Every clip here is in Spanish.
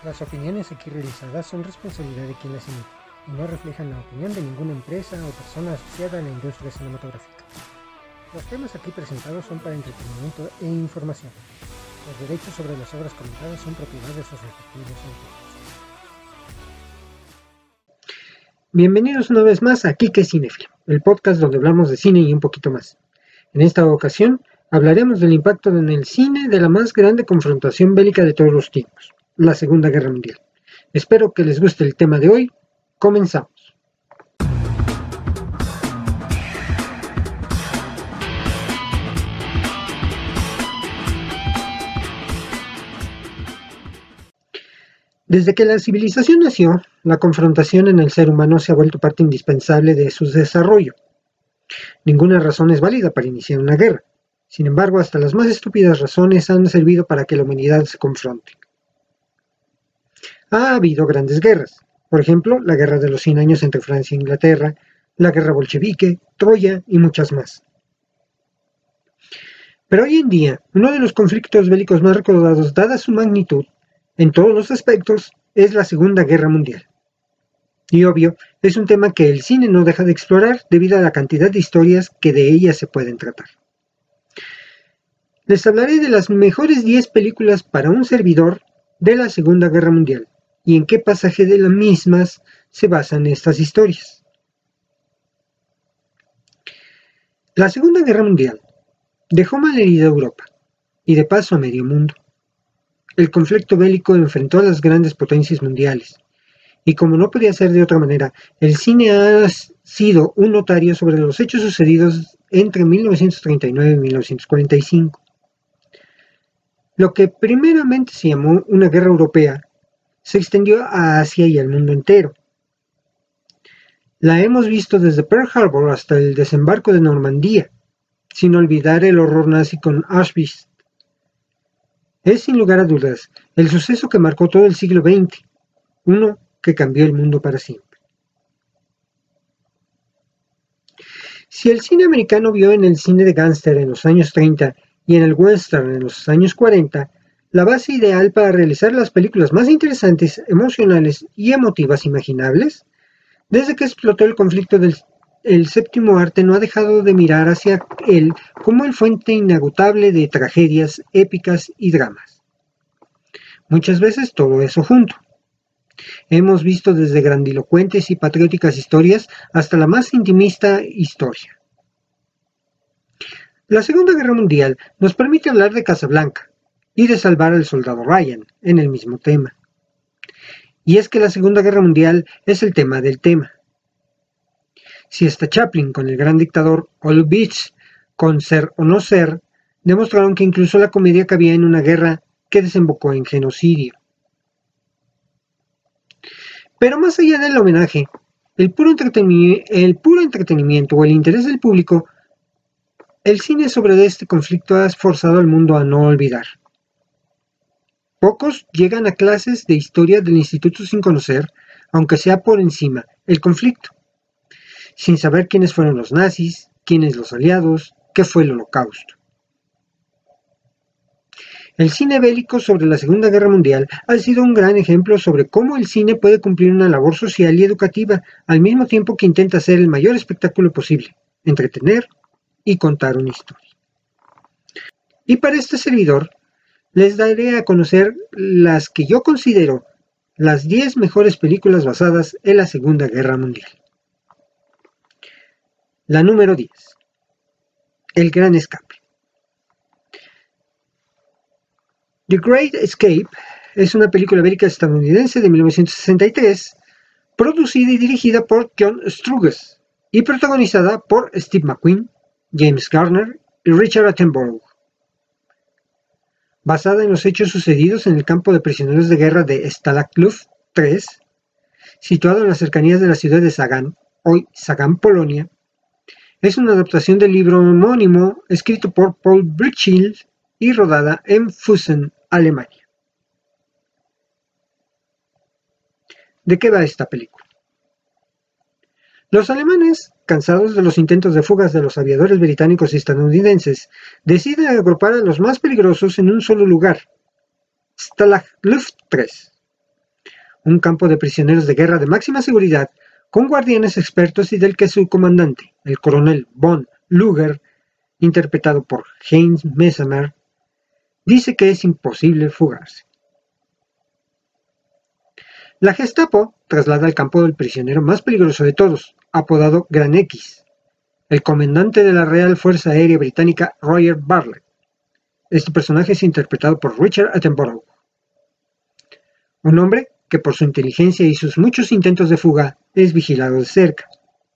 Las opiniones aquí realizadas son responsabilidad de quien las emite y no reflejan la opinión de ninguna empresa o persona asociada a la industria cinematográfica. Los temas aquí presentados son para entretenimiento e información. Los derechos sobre las obras comentadas son propiedad de sus respectivos autores. Bienvenidos una vez más a Kike Cinefil, el podcast donde hablamos de cine y un poquito más. En esta ocasión hablaremos del impacto en el cine de la más grande confrontación bélica de todos los tiempos, la Segunda Guerra Mundial. Espero que les guste el tema de hoy. Comenzamos. Desde que la civilización nació, la confrontación en el ser humano se ha vuelto parte indispensable de su desarrollo. Ninguna razón es válida para iniciar una guerra. Sin embargo, hasta las más estúpidas razones han servido para que la humanidad se confronte. Ha habido grandes guerras, por ejemplo, la Guerra de los 100 años entre Francia e Inglaterra, la Guerra Bolchevique, Troya y muchas más. Pero hoy en día, uno de los conflictos bélicos más recordados, dada su magnitud, en todos los aspectos, es la Segunda Guerra Mundial. Y obvio, es un tema que el cine no deja de explorar debido a la cantidad de historias que de ella se pueden tratar. Les hablaré de las mejores 10 películas para un servidor de la Segunda Guerra Mundial y en qué pasaje de las mismas se basan estas historias. La Segunda Guerra Mundial dejó malherida a Europa y de paso a medio mundo. El conflicto bélico enfrentó a las grandes potencias mundiales, y como no podía ser de otra manera, el cine ha sido un notario sobre los hechos sucedidos entre 1939 y 1945. Lo que primeramente se llamó una guerra europea, se extendió a Asia y al mundo entero. La hemos visto desde Pearl Harbor hasta el desembarco de Normandía, sin olvidar el horror nazi con Auschwitz. Es sin lugar a dudas el suceso que marcó todo el siglo XX, uno que cambió el mundo para siempre. Si el cine americano vio en el cine de gángster en los años 30 y en el western en los años 40, la base ideal para realizar las películas más interesantes, emocionales y emotivas imaginables, desde que explotó el conflicto del séptimo arte no ha dejado de mirar hacia él como el fuente inagotable de tragedias épicas y dramas. Muchas veces todo eso junto. Hemos visto desde grandilocuentes y patrióticas historias hasta la más intimista historia. La Segunda Guerra Mundial nos permite hablar de Casablanca y de Salvar al Soldado Ryan en el mismo tema. Y es que la Segunda Guerra Mundial es el tema del tema. Si hasta Chaplin con El Gran Dictador o Lubitsch con Ser o No Ser demostraron que incluso la comedia cabía en una guerra que desembocó en genocidio. Pero más allá del homenaje, el puro entretenimiento o el interés del público, el cine sobre este conflicto ha forzado al mundo a no olvidar. Pocos llegan a clases de historia del instituto sin conocer, aunque sea por encima, el conflicto, sin saber quiénes fueron los nazis, quiénes los aliados, qué fue el Holocausto. El cine bélico sobre la Segunda Guerra Mundial ha sido un gran ejemplo sobre cómo el cine puede cumplir una labor social y educativa al mismo tiempo que intenta hacer el mayor espectáculo posible, entretener y contar una historia. Y para este servidor, les daré a conocer las que yo considero las 10 mejores películas basadas en la Segunda Guerra Mundial. La número 10. El Gran Escape. The Great Escape es una película bélica estadounidense de 1963, producida y dirigida por John Sturges y protagonizada por Steve McQueen, James Garner y Richard Attenborough. Basada en los hechos sucedidos en el campo de prisioneros de guerra de Stalag Luft 3, situado en las cercanías de la ciudad de Sagan, hoy Sagan, Polonia, es una adaptación del libro homónimo escrito por Paul Birchhill y rodada en Füssen, Alemania. ¿De qué va esta película? Los alemanes, cansados de los intentos de fugas de los aviadores británicos y estadounidenses, deciden agrupar a los más peligrosos en un solo lugar, Stalag Luft 3, un campo de prisioneros de guerra de máxima seguridad, con guardianes expertos y del que su comandante, el coronel von Luger, interpretado por Heinz Mesmer, dice que es imposible fugarse. La Gestapo traslada al campo del prisionero más peligroso de todos, apodado Gran X, el comandante de la Real Fuerza Aérea Británica Roger Bartlett. Este personaje es interpretado por Richard Attenborough, un hombre que por su inteligencia y sus muchos intentos de fuga es vigilado de cerca.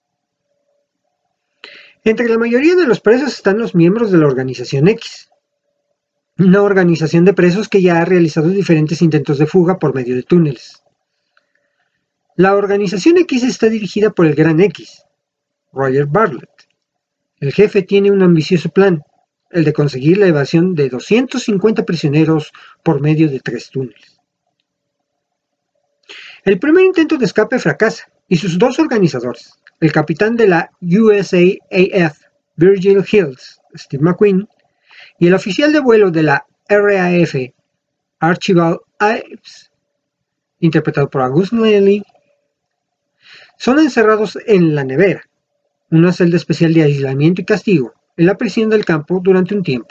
Entre la mayoría de los presos están los miembros de la Organización X, una organización de presos que ya ha realizado diferentes intentos de fuga por medio de túneles. La Organización X está dirigida por el Gran X, Roger Bartlett. El jefe tiene un ambicioso plan, el de conseguir la evasión de 250 prisioneros por medio de 3 túneles. El primer intento de escape fracasa y sus 2 organizadores, el capitán de la USAAF, Virgil Hills, Steve McQueen, y el oficial de vuelo de la RAF, Archibald Ives, interpretado por August Lely, son encerrados en la nevera, una celda especial de aislamiento y castigo, en la prisión del campo durante un tiempo.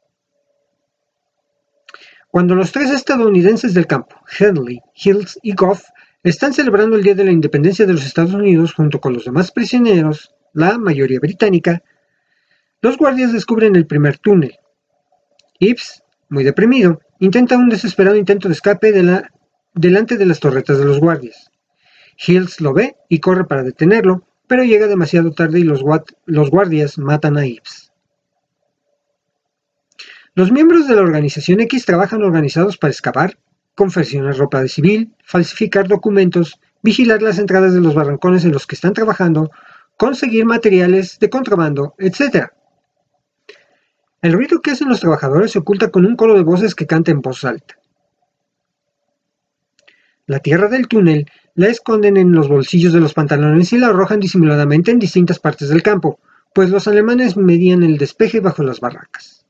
Cuando los 3 estadounidenses del campo, Henley, Hills y Goff, están celebrando el Día de la Independencia de los Estados Unidos junto con los demás prisioneros, la mayoría británica, los guardias descubren el primer túnel. Ives, muy deprimido, intenta un desesperado intento de escape delante de las torretas de los guardias. Hills lo ve y corre para detenerlo, pero llega demasiado tarde y los guardias matan a Ives. Los miembros de la Organización X trabajan organizados para excavar, confeccionar ropa de civil, falsificar documentos, vigilar las entradas de los barrancones en los que están trabajando, conseguir materiales de contrabando, etc. El ruido que hacen los trabajadores se oculta con un coro de voces que canta en voz alta. La tierra del túnel la esconden en los bolsillos de los pantalones y la arrojan disimuladamente en distintas partes del campo, pues los alemanes medían el despeje bajo las barracas.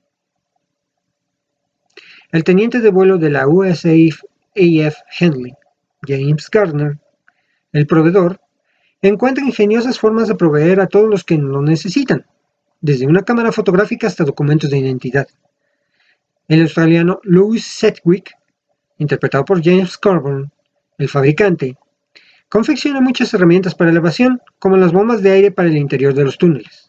El teniente de vuelo de la USAF Henley, James Gardner, el proveedor, encuentra ingeniosas formas de proveer a todos los que lo necesitan, desde una cámara fotográfica hasta documentos de identidad. El australiano Louis Sedgwick, interpretado por James Coburn, el fabricante, confecciona muchas herramientas para la evasión, como las bombas de aire para el interior de los túneles.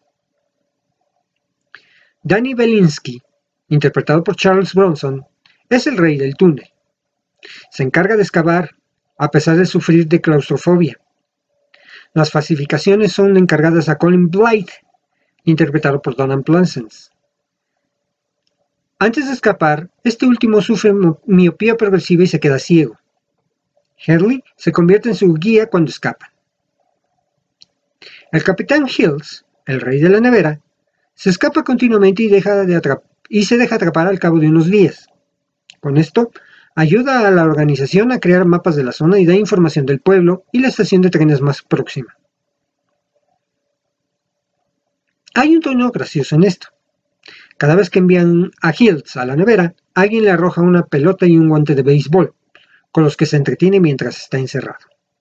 Danny Belinsky, interpretado por Charles Bronson, es el rey del túnel. Se encarga de excavar, a pesar de sufrir de claustrofobia. Las falsificaciones son encargadas a Colin Blythe, interpretado por Donald Pleasence. Antes de escapar, este último sufre miopía progresiva y se queda ciego. Henley se convierte en su guía cuando escapan. El capitán Hills, el rey de la nevera, se escapa continuamente y se deja atrapar al cabo de unos días. Con esto, ayuda a la organización a crear mapas de la zona y da información del pueblo y la estación de trenes más próxima. Hay un tono gracioso en esto. Cada vez que envían a Hills a la nevera, alguien le arroja una pelota y un guante de béisbol, con los que se entretiene mientras está encerrado.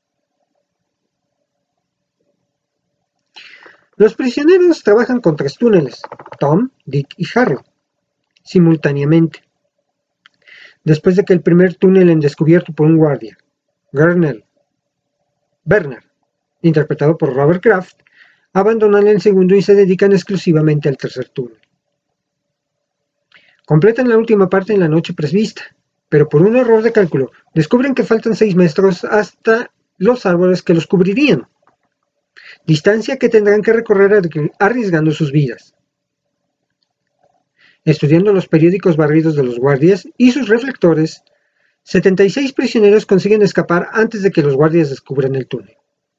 Los prisioneros trabajan con 3 túneles, Tom, Dick y Harry, simultáneamente. Después de que el primer túnel es descubierto por un guardia, Bernard, interpretado por Robert Kraft, abandonan el segundo y se dedican exclusivamente al tercer túnel. Completan la última parte en la noche prevista, pero por un error de cálculo descubren que faltan 6 metros hasta los árboles que los cubrirían, distancia que tendrán que recorrer arriesgando sus vidas. Estudiando los periódicos barridos de los guardias y sus reflectores, 76 prisioneros consiguen escapar antes de que los guardias descubran el túnel.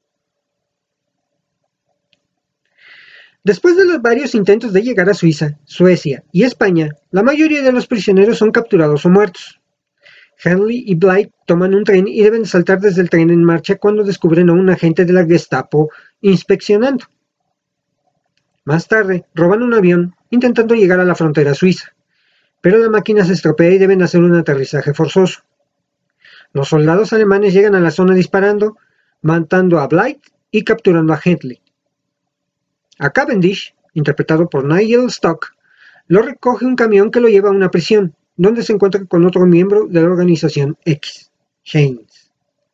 Después de los varios intentos de llegar a Suiza, Suecia y España, la mayoría de los prisioneros son capturados o muertos. Henley y Blythe toman un tren y deben saltar desde el tren en marcha cuando descubren a un agente de la Gestapo inspeccionando. Más tarde, roban un avión intentando llegar a la frontera suiza, pero la máquina se estropea y deben hacer un aterrizaje forzoso. Los soldados alemanes llegan a la zona disparando, matando a Blythe y capturando a Headley. A Cavendish, interpretado por Nigel Stock, lo recoge un camión que lo lleva a una prisión, donde se encuentra con otro miembro de la organización X, Haynes.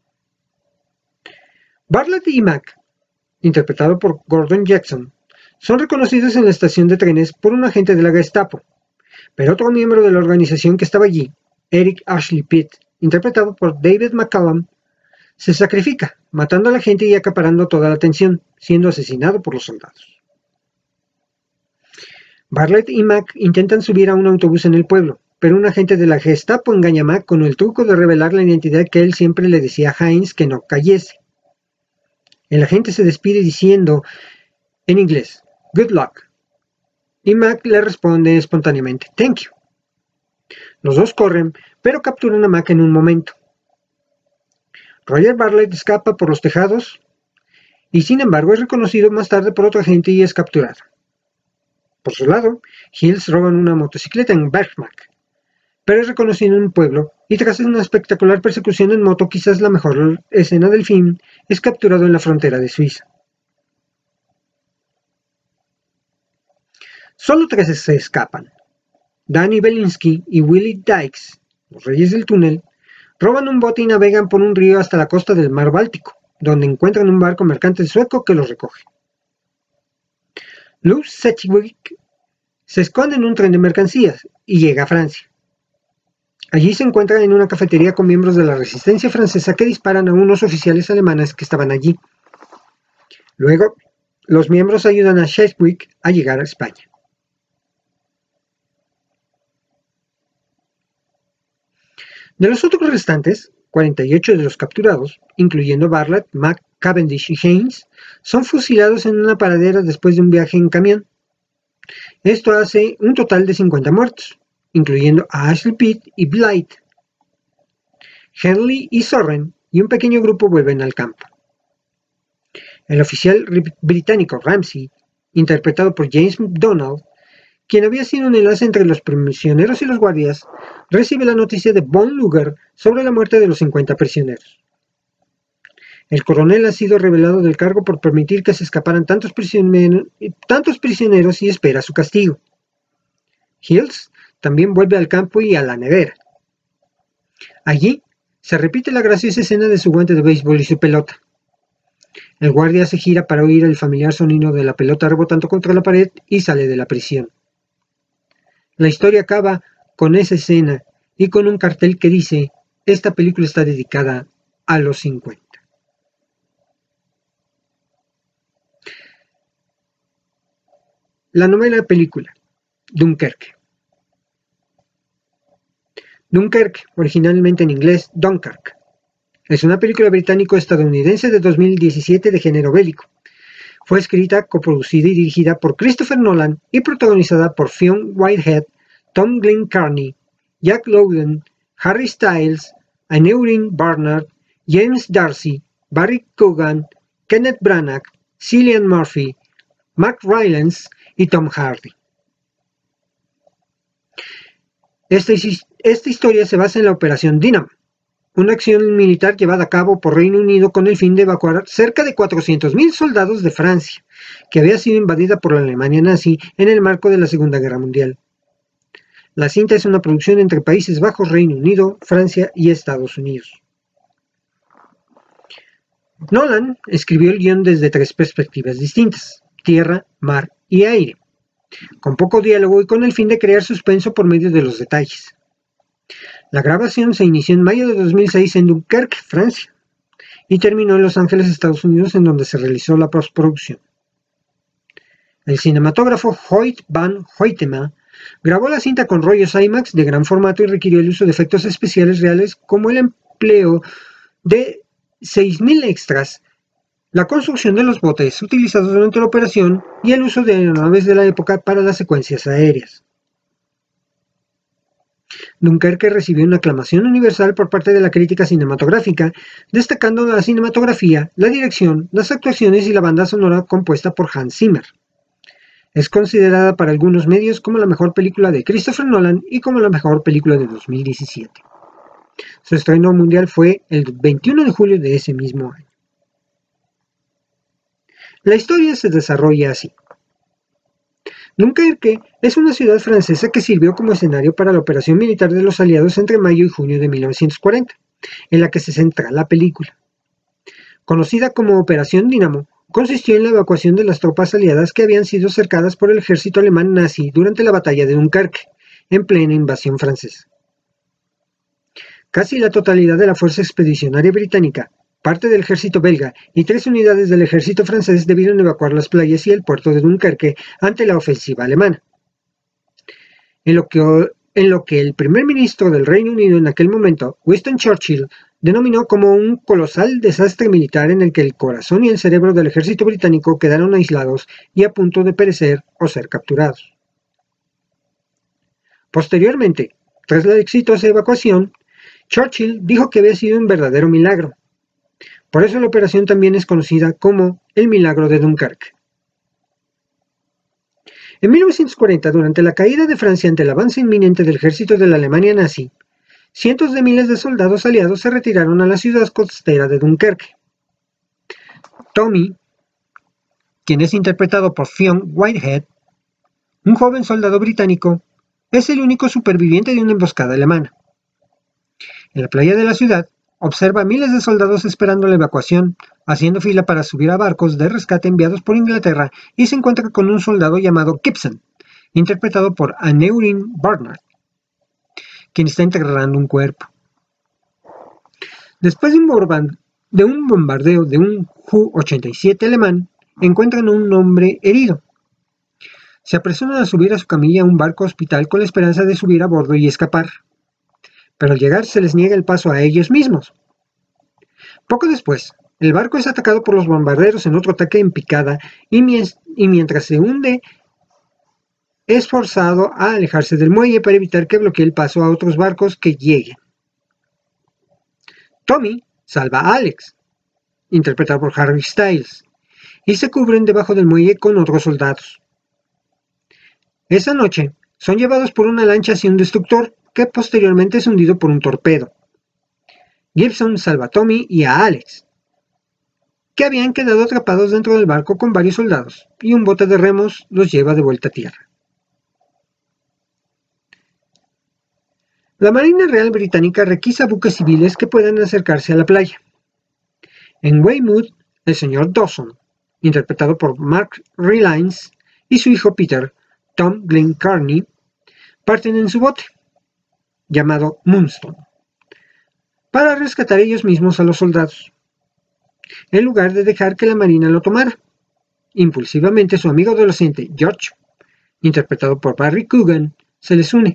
Bartlett y Mack, interpretado por Gordon Jackson, son reconocidos en la estación de trenes por un agente de la Gestapo, pero otro miembro de la organización que estaba allí, Eric Ashley Pitt, interpretado por David McCallum, se sacrifica, matando a la gente y acaparando toda la atención, siendo asesinado por los soldados. Bartlett y Mack intentan subir a un autobús en el pueblo, pero un agente de la Gestapo engaña a Mack con el truco de revelar la identidad que él siempre le decía a Haynes que no cayese. El agente se despide diciendo, en inglés, "Good luck", y Mack le responde espontáneamente, "Thank you". Los dos corren, pero capturan a Mack en un momento. Roger Bartlett escapa por los tejados y sin embargo es reconocido más tarde por otro agente y es capturado. Por su lado, Hills roban una motocicleta en Bergmack, pero es reconocido en un pueblo y tras una espectacular persecución en moto, quizás la mejor escena del film, es capturado en la frontera de Suiza. Solo tres se escapan. Danny Belinsky y Willie Dykes, los reyes del túnel, roban un bote y navegan por un río hasta la costa del mar Báltico, donde encuentran un barco mercante sueco que los recoge. Lou Sedgwick se esconde en un tren de mercancías y llega a Francia. Allí se encuentra en una cafetería con miembros de la resistencia francesa que disparan a unos oficiales alemanes que estaban allí. Luego, los miembros ayudan a Sedgwick a llegar a España. De los otros restantes, 48 de los capturados, incluyendo Bartlett, Mack, Cavendish y Haynes, son fusilados en una paradera después de un viaje en camión. Esto hace un total de 50 muertos, incluyendo a Ashley Pitt y Blythe. Henley y Soren y un pequeño grupo vuelven al campo. El oficial británico Ramsey, interpretado por James McDonald, quien había sido un enlace entre los prisioneros y los guardias, recibe la noticia de Von Luger sobre la muerte de los 50 prisioneros. El coronel ha sido relevado del cargo por permitir que se escaparan tantos prisioneros y espera su castigo. Hills también vuelve al campo y a la nevera. Allí se repite la graciosa escena de su guante de béisbol y su pelota. El guardia se gira para oír el familiar sonido de la pelota rebotando contra la pared y sale de la prisión. La historia acaba con esa escena y con un cartel que dice: "Esta película está dedicada a los 50". La novela película, Dunkerque. Dunkerque, originalmente en inglés Dunkirk, es una película británico-estadounidense de 2017 de género bélico. Fue escrita, coproducida y dirigida por Christopher Nolan y protagonizada por Fionn Whitehead, Tom Glencarney, Jack Lowden, Harry Styles, Aneurin Barnard, James D'Arcy, Barry Keoghan, Kenneth Branagh, Cillian Murphy, Mark Rylance y Tom Hardy. Esta historia se basa en la Operación Dynamo, una acción militar llevada a cabo por Reino Unido con el fin de evacuar cerca de 400.000 soldados de Francia, que había sido invadida por la Alemania nazi en el marco de la Segunda Guerra Mundial. La cinta es una producción entre Países Bajos, Reino Unido, Francia y Estados Unidos. Nolan escribió el guión desde tres perspectivas distintas: tierra, mar y aire, con poco diálogo y con el fin de crear suspenso por medio de los detalles. La grabación se inició en mayo de 2006 en Dunkerque, Francia, y terminó en Los Ángeles, Estados Unidos, en donde se realizó la postproducción. El cinematógrafo Hoyt van Hoytema grabó la cinta con rollos IMAX de gran formato y requirió el uso de efectos especiales reales como el empleo de 6.000 extras, la construcción de los botes utilizados durante la operación y el uso de aeronaves de la época para las secuencias aéreas. Dunkerque recibió una aclamación universal por parte de la crítica cinematográfica, destacando la cinematografía, la dirección, las actuaciones y la banda sonora compuesta por Hans Zimmer. Es considerada para algunos medios como la mejor película de Christopher Nolan y como la mejor película de 2017. Su estreno mundial fue el 21 de julio de ese mismo año. La historia se desarrolla así. Dunkerque es una ciudad francesa que sirvió como escenario para la operación militar de los aliados entre mayo y junio de 1940, en la que se centra la película. Conocida como Operación Dínamo, consistió en la evacuación de las tropas aliadas que habían sido cercadas por el ejército alemán nazi durante la batalla de Dunkerque, en plena invasión francesa. Casi la totalidad de la fuerza expedicionaria británica, parte del ejército belga y 3 unidades del ejército francés debieron evacuar las playas y el puerto de Dunkerque ante la ofensiva alemana. En lo que el primer ministro del Reino Unido en aquel momento, Winston Churchill, denominó como un colosal desastre militar en el que el corazón y el cerebro del ejército británico quedaron aislados y a punto de perecer o ser capturados. Posteriormente, tras la exitosa evacuación, Churchill dijo que había sido un verdadero milagro. Por eso la operación también es conocida como el Milagro de Dunkerque. En 1940, durante la caída de Francia ante el avance inminente del ejército de la Alemania nazi, cientos de miles de soldados aliados se retiraron a la ciudad costera de Dunkerque. Tommy, quien es interpretado por Fionn Whitehead, un joven soldado británico, es el único superviviente de una emboscada alemana. En la playa de la ciudad, observa a miles de soldados esperando la evacuación, haciendo fila para subir a barcos de rescate enviados por Inglaterra, y se encuentra con un soldado llamado Gibson, interpretado por Aneurin Barnard, quien está enterrando un cuerpo. Después de un bombardeo de un Ju-87 alemán, encuentran a un hombre herido. Se apresuran a subir a su camilla a un barco hospital con la esperanza de subir a bordo y escapar. Pero al llegar se les niega el paso a ellos mismos. Poco después, el barco es atacado por los bombarderos en otro ataque en picada y mientras se hunde, es forzado a alejarse del muelle para evitar que bloquee el paso a otros barcos que lleguen. Tommy salva a Alex, interpretado por Harry Styles, y se cubren debajo del muelle con otros soldados. Esa noche, son llevados por una lancha hacia un destructor que posteriormente es hundido por un torpedo. Gibson salva a Tommy y a Alex, que habían quedado atrapados dentro del barco con varios soldados, y un bote de remos los lleva de vuelta a tierra. La Marina Real Británica requisa buques civiles que puedan acercarse a la playa. En Weymouth, el señor Dawson, interpretado por Mark Rylance, y su hijo Peter, Tom Glencarney, parten en su bote, llamado Moonstone, para rescatar ellos mismos a los soldados, en lugar de dejar que la marina lo tomara. Impulsivamente su amigo adolescente George, interpretado por Barry Coogan, se les une.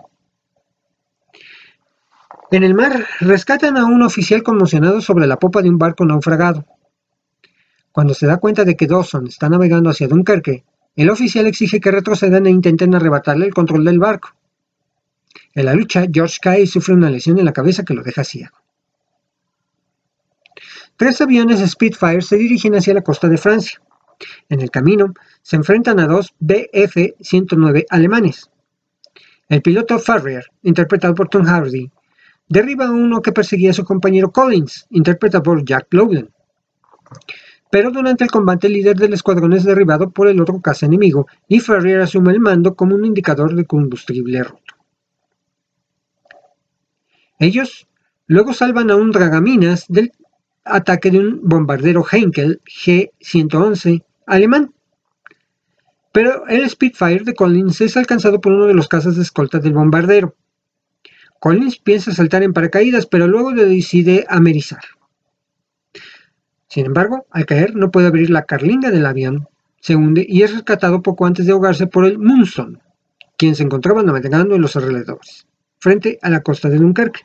En el mar rescatan a un oficial conmocionado sobre la popa de un barco naufragado. Cuando se da cuenta de que Dawson está navegando hacia Dunkerque, el oficial exige que retrocedan e intenten arrebatarle el control del barco. En la lucha, George cae y sufre una lesión en la cabeza que lo deja ciego. 3 aviones Spitfire se dirigen hacia la costa de Francia. En el camino, se enfrentan a 2 Bf-109 alemanes. El piloto Farrier, interpretado por Tom Hardy, derriba a uno que perseguía a su compañero Collins, interpretado por Jack Lowden. Pero durante el combate el líder del escuadrón es derribado por el otro caza enemigo y Farrier asume el mando como un indicador de combustible roto. Ellos luego salvan a un dragaminas del ataque de un bombardero Heinkel G-111 alemán, pero el Spitfire de Collins es alcanzado por uno de los cazas de escolta del bombardero. Collins piensa saltar en paracaídas, pero luego decide amerizar. Sin embargo, al caer no puede abrir la carlinga del avión, se hunde y es rescatado poco antes de ahogarse por el Moonstone, quien se encontraba navegando en los alrededores, frente a la costa de Dunkerque.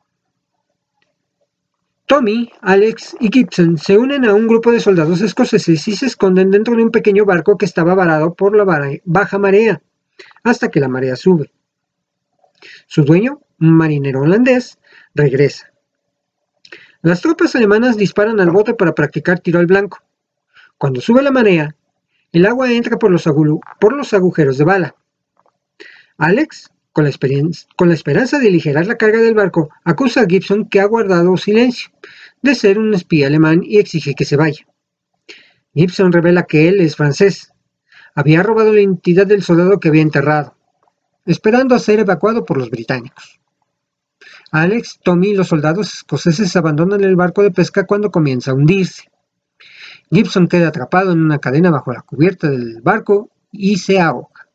Tommy, Alex y Gibson se unen a un grupo de soldados escoceses y se esconden dentro de un pequeño barco que estaba varado por la baja marea, hasta que la marea sube. Su dueño, un marinero holandés, regresa. Las tropas alemanas disparan al bote para practicar tiro al blanco. Cuando sube la marea, el agua entra por los agujeros de bala. Alex con la esperanza de aligerar la carga del barco, acusa a Gibson, que ha guardado silencio, de ser un espía alemán y exige que se vaya. Gibson revela que él es francés. Había robado la identidad del soldado que había enterrado, esperando a ser evacuado por los británicos. Alex, Tommy y los soldados escoceses abandonan el barco de pesca cuando comienza a hundirse. Gibson queda atrapado en una cadena bajo la cubierta del barco y se ahoga.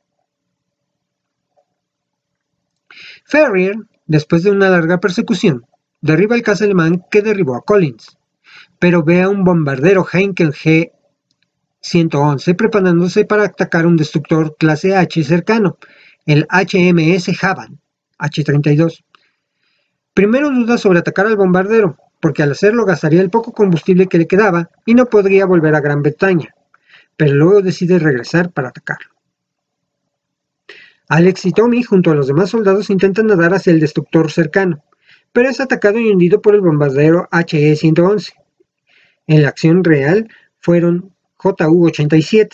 Ferrier, después de una larga persecución, derriba el caza alemán que derribó a Collins, pero ve a un bombardero Heinkel G-111 preparándose para atacar un destructor clase H cercano, el HMS Havan, H-32. Primero duda sobre atacar al bombardero, porque al hacerlo gastaría el poco combustible que le quedaba y no podría volver a Gran Bretaña, pero luego decide regresar para atacarlo. Alex y Tommy, junto a los demás soldados, intentan nadar hacia el destructor cercano, pero es atacado y hundido por el bombardero HE-111. En la acción real fueron JU-87.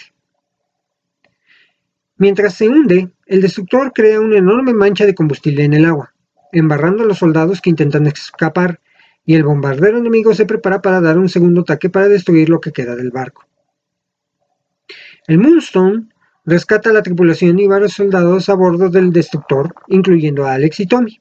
Mientras se hunde, el destructor crea una enorme mancha de combustible en el agua, embarrando a los soldados que intentan escapar, y el bombardero enemigo se prepara para dar un segundo ataque para destruir lo que queda del barco. El Moonstone rescata a la tripulación y varios soldados a bordo del destructor, incluyendo a Alex y Tommy.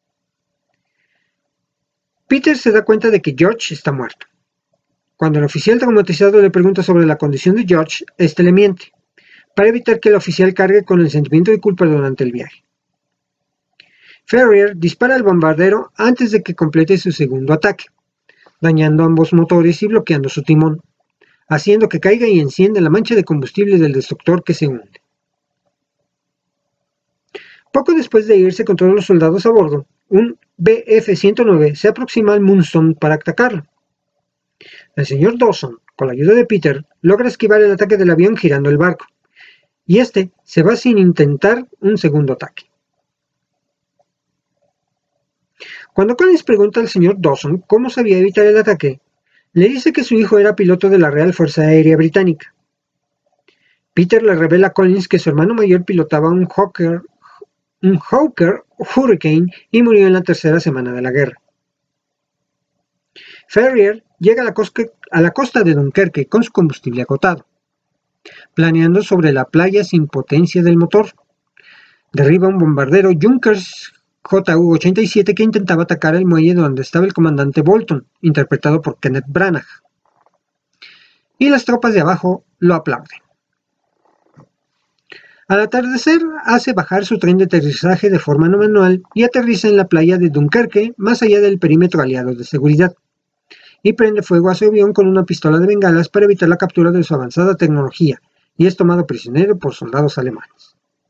Peter se da cuenta de que George está muerto. Cuando el oficial traumatizado le pregunta sobre la condición de George, este le miente, para evitar que el oficial cargue con el sentimiento de culpa durante el viaje. Ferrier dispara al bombardero antes de que complete su segundo ataque, dañando ambos motores y bloqueando su timón, haciendo que caiga y encienda la mancha de combustible del destructor que se hunde. Poco después de irse con todos los soldados a bordo, un Bf-109 se aproxima al Moonstone para atacarlo. El señor Dawson, con la ayuda de Peter, logra esquivar el ataque del avión girando el barco, y este se va sin intentar un segundo ataque. Cuando Collins pregunta al señor Dawson cómo sabía evitar el ataque, le dice que su hijo era piloto de la Real Fuerza Aérea Británica. Peter le revela a Collins que su hermano mayor pilotaba un Hawker Hurricane y murió en la tercera semana de la guerra. Ferrier llega a la costa de Dunkerque con su combustible agotado, planeando sobre la playa sin potencia del motor. Derriba un bombardero Junkers JU-87 que intentaba atacar el muelle donde estaba el comandante Bolton, interpretado por Kenneth Branagh. Y las tropas de abajo lo aplauden. Al atardecer, hace bajar su tren de aterrizaje de forma no manual y aterriza en la playa de Dunkerque, más allá del perímetro aliado de seguridad, y prende fuego a su avión con una pistola de bengalas para evitar la captura de su avanzada tecnología, y es tomado prisionero por soldados alemanes.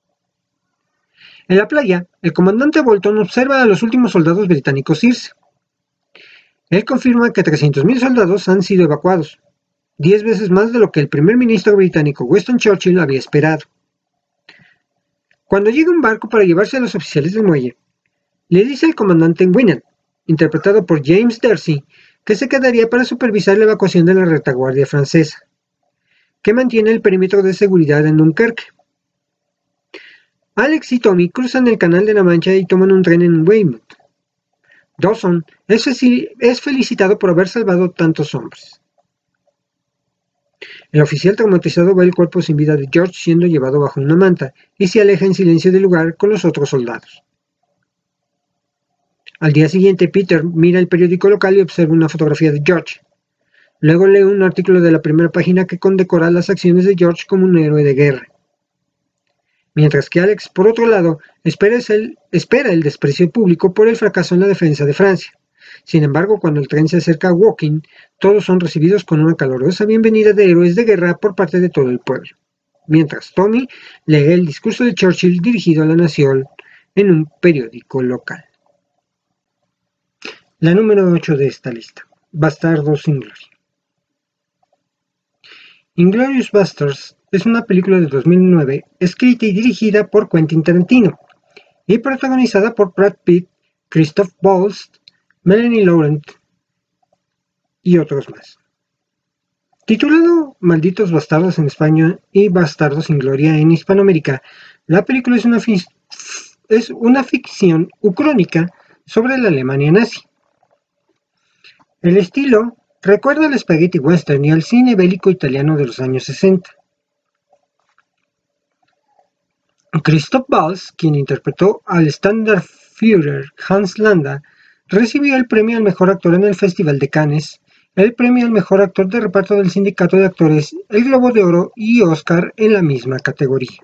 En la playa, el comandante Bolton observa a los últimos soldados británicos irse. Él confirma que 300.000 soldados han sido evacuados, 10 veces más de lo que el primer ministro británico Winston Churchill había esperado. Cuando llega un barco para llevarse a los oficiales del muelle, le dice al comandante Winnan, interpretado por James D'Arcy, que se quedaría para supervisar la evacuación de la retaguardia francesa, que mantiene el perímetro de seguridad en Dunkerque. Alex y Tommy cruzan el Canal de la Mancha y toman un tren en Weymouth. Dawson es felicitado por haber salvado tantos hombres. El oficial traumatizado ve el cuerpo sin vida de George siendo llevado bajo una manta y se aleja en silencio del lugar con los otros soldados. Al día siguiente, Peter mira el periódico local y observa una fotografía de George. Luego lee un artículo de la primera página que condecora las acciones de George como un héroe de guerra. Mientras que Alex, por otro lado, espera el desprecio público por el fracaso en la defensa de Francia. Sin embargo, cuando el tren se acerca a Woking, todos son recibidos con una calurosa bienvenida de héroes de guerra por parte de todo el pueblo. Mientras Tommy lee el discurso de Churchill dirigido a la nación en un periódico local. La número 8 de esta lista, Bastardos sin Gloria. Inglourious Basterds es una película de 2009 escrita y dirigida por Quentin Tarantino y protagonizada por Brad Pitt, Christoph Waltz, Melanie Laurent y otros más. Titulado Malditos Bastardos en España y Bastardos sin Gloria en Hispanoamérica, la película es una es una ficción ucrónica sobre la Alemania nazi. El estilo recuerda al spaghetti western y al cine bélico italiano de los años 60. Christoph Waltz, quien interpretó al Standardführer Hans Landa, recibió el premio al mejor actor en el Festival de Cannes, el premio al mejor actor de reparto del Sindicato de Actores, el Globo de Oro y Oscar en la misma categoría.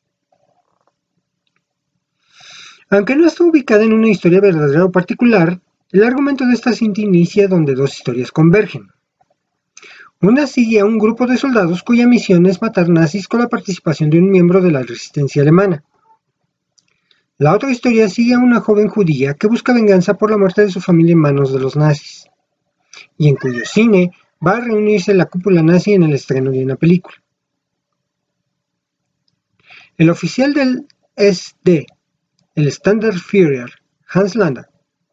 Aunque no está ubicada en una historia verdadera o particular, el argumento de esta cinta inicia donde dos historias convergen. Una sigue a un grupo de soldados cuya misión es matar nazis con la participación de un miembro de la resistencia alemana. La otra historia sigue a una joven judía que busca venganza por la muerte de su familia en manos de los nazis, y en cuyo cine va a reunirse la cúpula nazi en el estreno de una película. El oficial del SD, el Standardführer Hans Landa,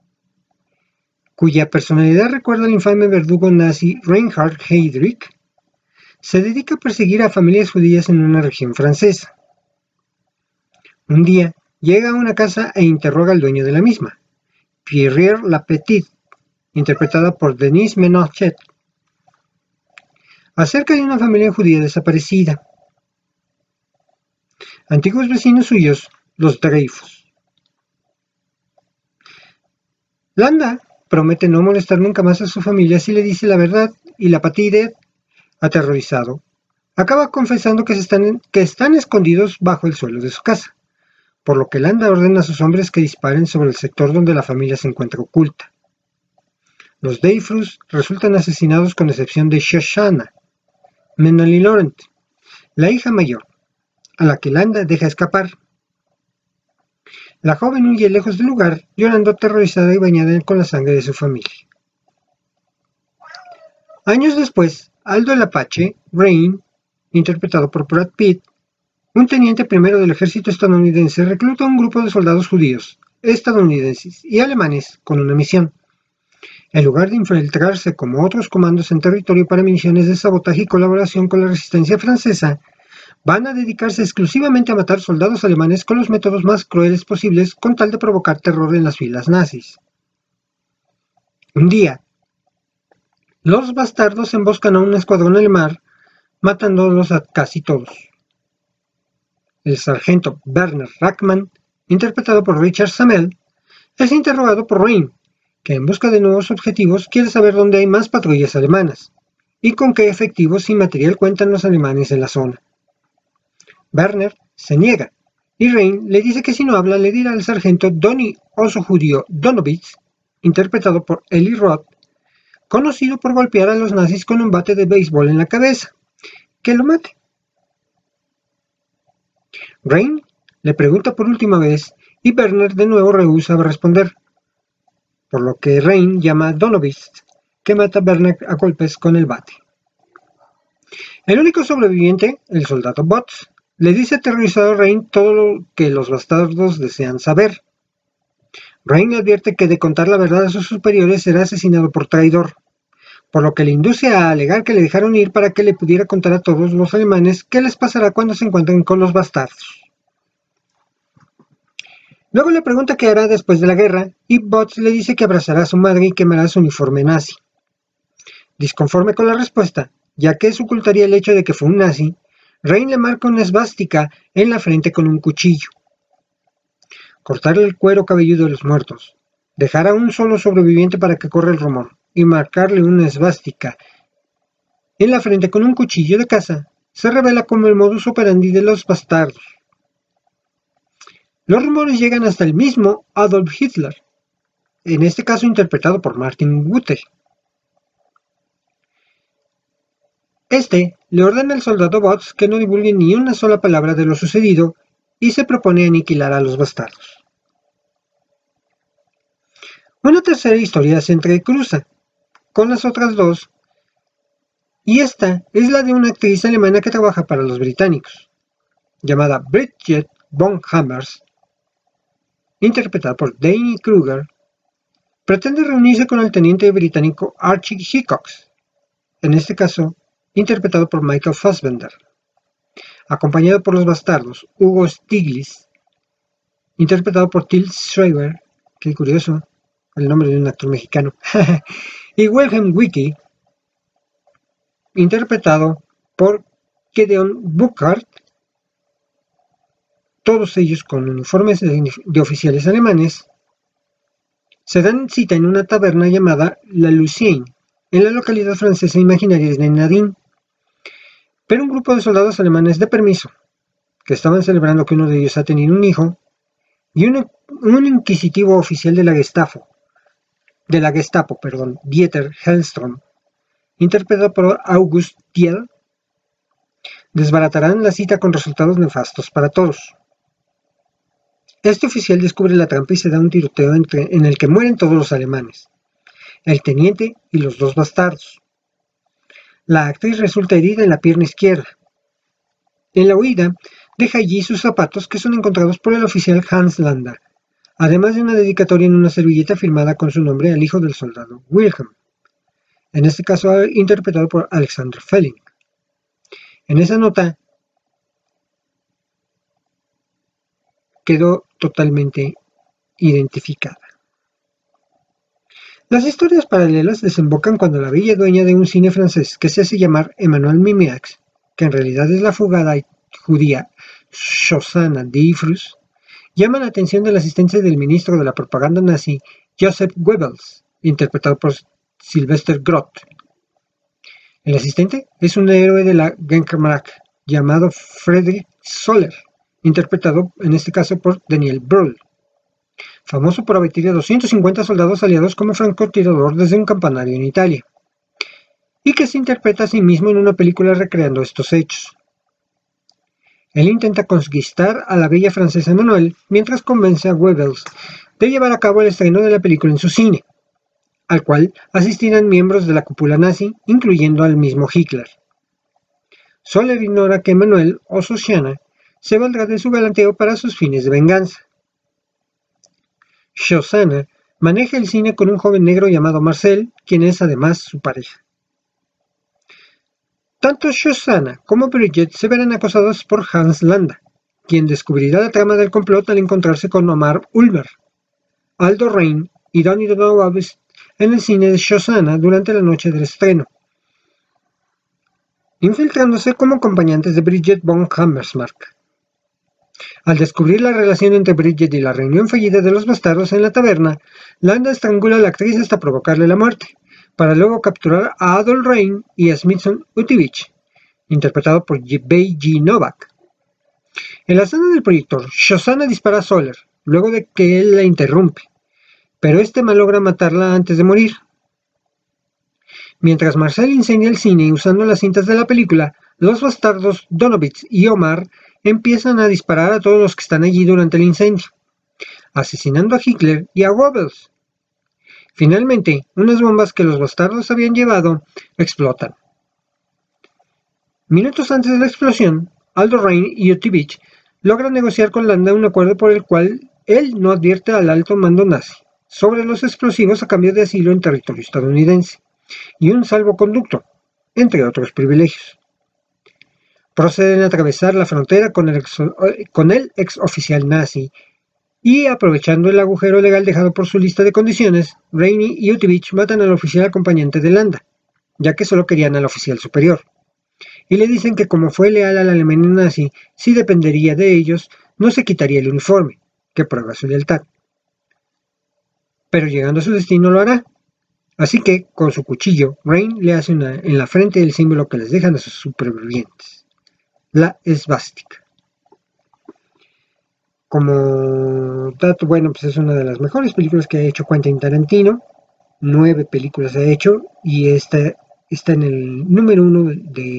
cuya personalidad recuerda al infame verdugo nazi Reinhard Heydrich, se dedica a perseguir a familias judías en una región francesa. Un día, llega a una casa e interroga al dueño de la misma, Pierre Lapetit, interpretada por Denise Menochet, acerca de una familia judía desaparecida. Antiguos vecinos suyos, los Dreyfus. Landa promete no molestar nunca más a su familia si le dice la verdad, y Lapetit, aterrorizado, acaba confesando que están escondidos bajo el suelo de su casa, por lo que Landa ordena a sus hombres que disparen sobre el sector donde la familia se encuentra oculta. Los Dreyfus resultan asesinados con excepción de Shoshana Menoli Laurent, la hija mayor, a la que Landa deja escapar. La joven huye lejos del lugar, llorando aterrorizada y bañada con la sangre de su familia. Años después, Aldo el Apache, Rain, interpretado por Brad Pitt, un teniente primero del ejército estadounidense, recluta a un grupo de soldados judíos, estadounidenses y alemanes con una misión. En lugar de infiltrarse como otros comandos en territorio para misiones de sabotaje y colaboración con la resistencia francesa, van a dedicarse exclusivamente a matar soldados alemanes con los métodos más crueles posibles con tal de provocar terror en las filas nazis. Un día, los bastardos emboscan a un escuadrón alemán, matándolos a casi todos. El sargento Werner Rackmann, interpretado por Richard Sammel, es interrogado por Rain, que en busca de nuevos objetivos quiere saber dónde hay más patrullas alemanas, y con qué efectivos y material cuentan los alemanes en la zona. Werner se niega, y Rain le dice que si no habla le dirá al sargento Donny Oso Judío Donowitz, interpretado por Eli Roth, conocido por golpear a los nazis con un bate de béisbol en la cabeza, que lo mate. Rain le pregunta por última vez y Werner de nuevo rehúsa responder, por lo que Rain llama a Donowitz, que mata a Werner a golpes con el bate. El único sobreviviente, el soldado Botz, le dice aterrorizado a Rain todo lo que los bastardos desean saber. Rain le advierte que de contar la verdad a sus superiores será asesinado por traidor, por lo que le induce a alegar que le dejaron ir para que le pudiera contar a todos los alemanes qué les pasará cuando se encuentren con los bastardos. Luego le pregunta qué hará después de la guerra, y Botz le dice que abrazará a su madre y quemará su uniforme nazi. Disconforme con la respuesta, ya que eso ocultaría el hecho de que fue un nazi, Rain le marca una esvástica en la frente con un cuchillo. Cortarle el cuero cabelludo de los muertos, dejar a un solo sobreviviente para que corra el rumor, y marcarle una esvástica en la frente con un cuchillo de caza, se revela como el modus operandi de los bastardos. Los rumores llegan hasta el mismo Adolf Hitler, en este caso interpretado por Martin Gutter. Este le ordena al soldado Botz que no divulgue ni una sola palabra de lo sucedido y se propone aniquilar a los bastardos. Una tercera historia se entrecruza con las otras dos, y esta es la de una actriz alemana que trabaja para los británicos, llamada Bridget von Hammers, interpretada por Danny Kruger. Pretende reunirse con el teniente británico Archie Hickox, en este caso interpretado por Michael Fassbender, acompañado por los bastardos Hugo Stiglitz, interpretado por Til Schreiber, qué curioso, el nombre de un actor mexicano, y Wilhelm Wicke, interpretado por Gideon Burkhardt, todos ellos con uniformes de oficiales alemanes, se dan cita en una taberna llamada La Lucienne, en la localidad francesa imaginaria de Nadine. Pero un grupo de soldados alemanes de permiso, que estaban celebrando que uno de ellos ha tenido un hijo, y un inquisitivo oficial de la Gestapo, Dieter Hellstrom, interpretado por August Diel, desbaratarán la cita con resultados nefastos para todos. Este oficial descubre la trampa y se da un tiroteo en el que mueren todos los alemanes, el teniente y los dos bastardos. La actriz resulta herida en la pierna izquierda. En la huida, deja allí sus zapatos que son encontrados por el oficial Hans Landa, además de una dedicatoria en una servilleta firmada con su nombre al hijo del soldado Wilhelm, en este caso interpretado por Alexander Felling. En esa nota quedó totalmente identificada. Las historias paralelas desembocan cuando la bella dueña de un cine francés que se hace llamar Emmanuel Mimeax, que en realidad es la fugada judía Shoshana Dreyfus, llama la atención del asistente del ministro de la propaganda nazi Joseph Goebbels, interpretado por Sylvester Groth. El asistente es un héroe de la Wehrmacht llamado Friedrich Zoller, interpretado en este caso por Daniel Brühl, famoso por abatir a 250 soldados aliados como francotirador desde un campanario en Italia, y que se interpreta a sí mismo en una película recreando estos hechos. Él intenta conquistar a la bella francesa Emmanuelle mientras convence a Goebbels de llevar a cabo el estreno de la película en su cine, al cual asistirán miembros de la cúpula nazi, incluyendo al mismo Hitler. Zoller ignora que Emmanuelle, o Shoshana, se valdrá de su galanteo para sus fines de venganza. Shoshana maneja el cine con un joven negro llamado Marcel, quien es además su pareja. Tanto Shoshana como Bridget se verán acosados por Hans Landa, quien descubrirá la trama del complot al encontrarse con Omar Ulmer, Aldo Rain y Donny Donovan en el cine de Shoshana durante la noche del estreno, infiltrándose como acompañantes de Bridget von Hammersmark. Al descubrir la relación entre Bridget y la reunión fallida de los bastardos en la taberna, Landa estrangula a la actriz hasta provocarle la muerte, para luego capturar a Adol Rain y a Smithson Utivich, interpretado por Beiji Novak. En la escena del proyector, Shoshana dispara a Zoller, luego de que él la interrumpe, pero este malogra matarla antes de morir. Mientras Marcel incendia el cine usando las cintas de la película, los bastardos Donovitz y Omar empiezan a disparar a todos los que están allí durante el incendio, asesinando a Hitler y a Goebbels. Finalmente, unas bombas que los bastardos habían llevado explotan. Minutos antes de la explosión, Aldo Rain y Utivich logran negociar con Landa un acuerdo por el cual él no advierte al alto mando nazi sobre los explosivos a cambio de asilo en territorio estadounidense y un salvoconducto, entre otros privilegios. Proceden a atravesar la frontera con el ex oficial nazi y, aprovechando el agujero legal dejado por su lista de condiciones, Rainey y Utivich matan al oficial acompañante de Landa, ya que solo querían al oficial superior, y le dicen que como fue leal a la Alemania nazi, si dependería de ellos, no se quitaría el uniforme, que prueba su lealtad. Pero llegando a su destino lo hará. Así que, con su cuchillo, Rain le hace en la frente el símbolo que les dejan a sus supervivientes, la esvástica. Como dato, bueno, pues es una de las mejores películas que ha hecho Quentin Tarantino. 9 películas ha hecho y esta está en el número 1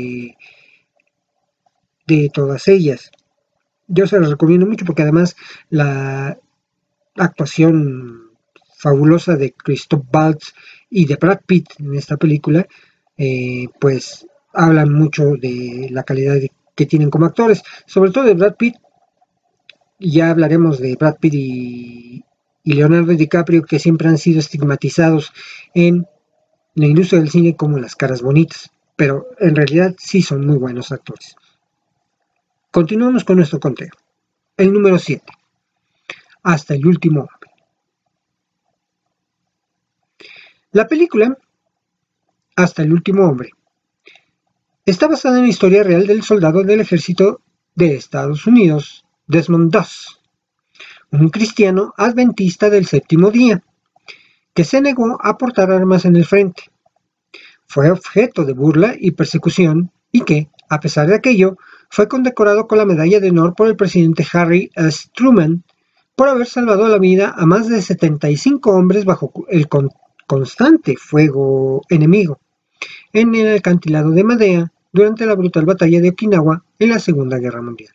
de todas ellas. Yo se las recomiendo mucho porque además la actuación fabulosa de Christoph Waltz y de Brad Pitt en esta película, pues hablan mucho de la calidad que tienen como actores, sobre todo de Brad Pitt. Ya hablaremos de Brad Pitt y Leonardo DiCaprio, que siempre han sido estigmatizados en la industria del cine como las caras bonitas, pero en realidad sí son muy buenos actores. Continuamos con nuestro conteo. El número 7. hasta el último hombre. La película Hasta el último hombre está basada en la historia real del soldado del ejército de Estados Unidos, Desmond Doss, un cristiano adventista del séptimo día, que se negó a portar armas en el frente. Fue objeto de burla y persecución y que, a pesar de aquello, fue condecorado con la Medalla de Honor por el presidente Harry S. Truman por haber salvado la vida a más de 75 hombres bajo el constante fuego enemigo en el acantilado de Madea durante la brutal batalla de Okinawa en la Segunda Guerra Mundial.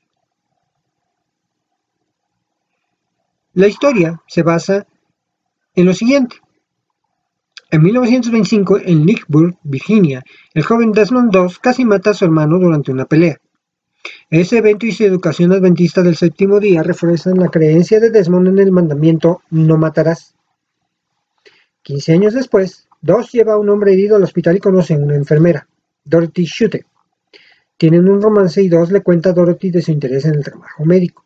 La historia se basa en lo siguiente. En 1925, en Lynchburg, Virginia, el joven Desmond Doss casi mata a su hermano durante una pelea. Ese evento y su educación adventista del séptimo día refuerzan la creencia de Desmond en el mandamiento "no matarás". 15 años después, Doss lleva a un hombre herido al hospital y conoce a una enfermera, Dorothy Schutte. Tienen un romance y Doss le cuenta a Dorothy de su interés en el trabajo médico.